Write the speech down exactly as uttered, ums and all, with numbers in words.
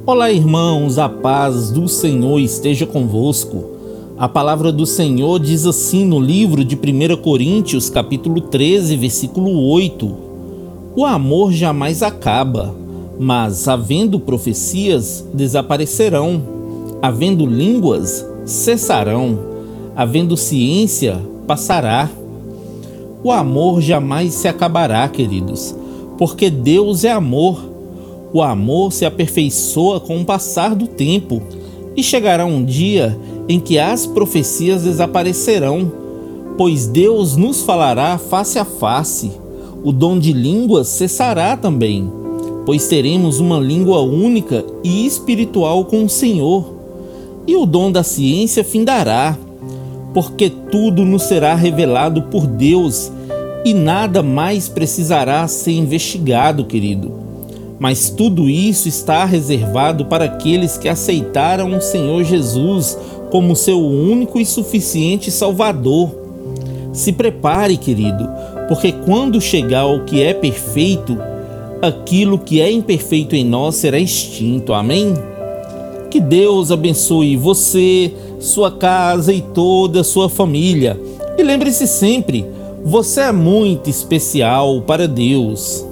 Olá, irmãos, a paz do Senhor esteja convosco. A palavra do Senhor diz assim no livro de primeira Coríntios, capítulo treze, versículo oito: O amor jamais acaba, mas, havendo profecias, desaparecerão, havendo línguas, cessarão, havendo ciência, passará. O amor jamais se acabará, queridos, porque Deus é amor. O amor se aperfeiçoa com o passar do tempo, e chegará um dia em que as profecias desaparecerão, pois Deus nos falará face a face. O dom de línguas cessará também, pois teremos uma língua única e espiritual com o Senhor. E o dom da ciência findará, porque tudo nos será revelado por Deus, e nada mais precisará ser investigado, querido. Mas tudo isso está reservado para aqueles que aceitaram o Senhor Jesus como seu único e suficiente Salvador. Se prepare, querido, porque quando chegar o que é perfeito, aquilo que é imperfeito em nós será extinto. Amém? Que Deus abençoe você, sua casa e toda a sua família. E lembre-se sempre, você é muito especial para Deus.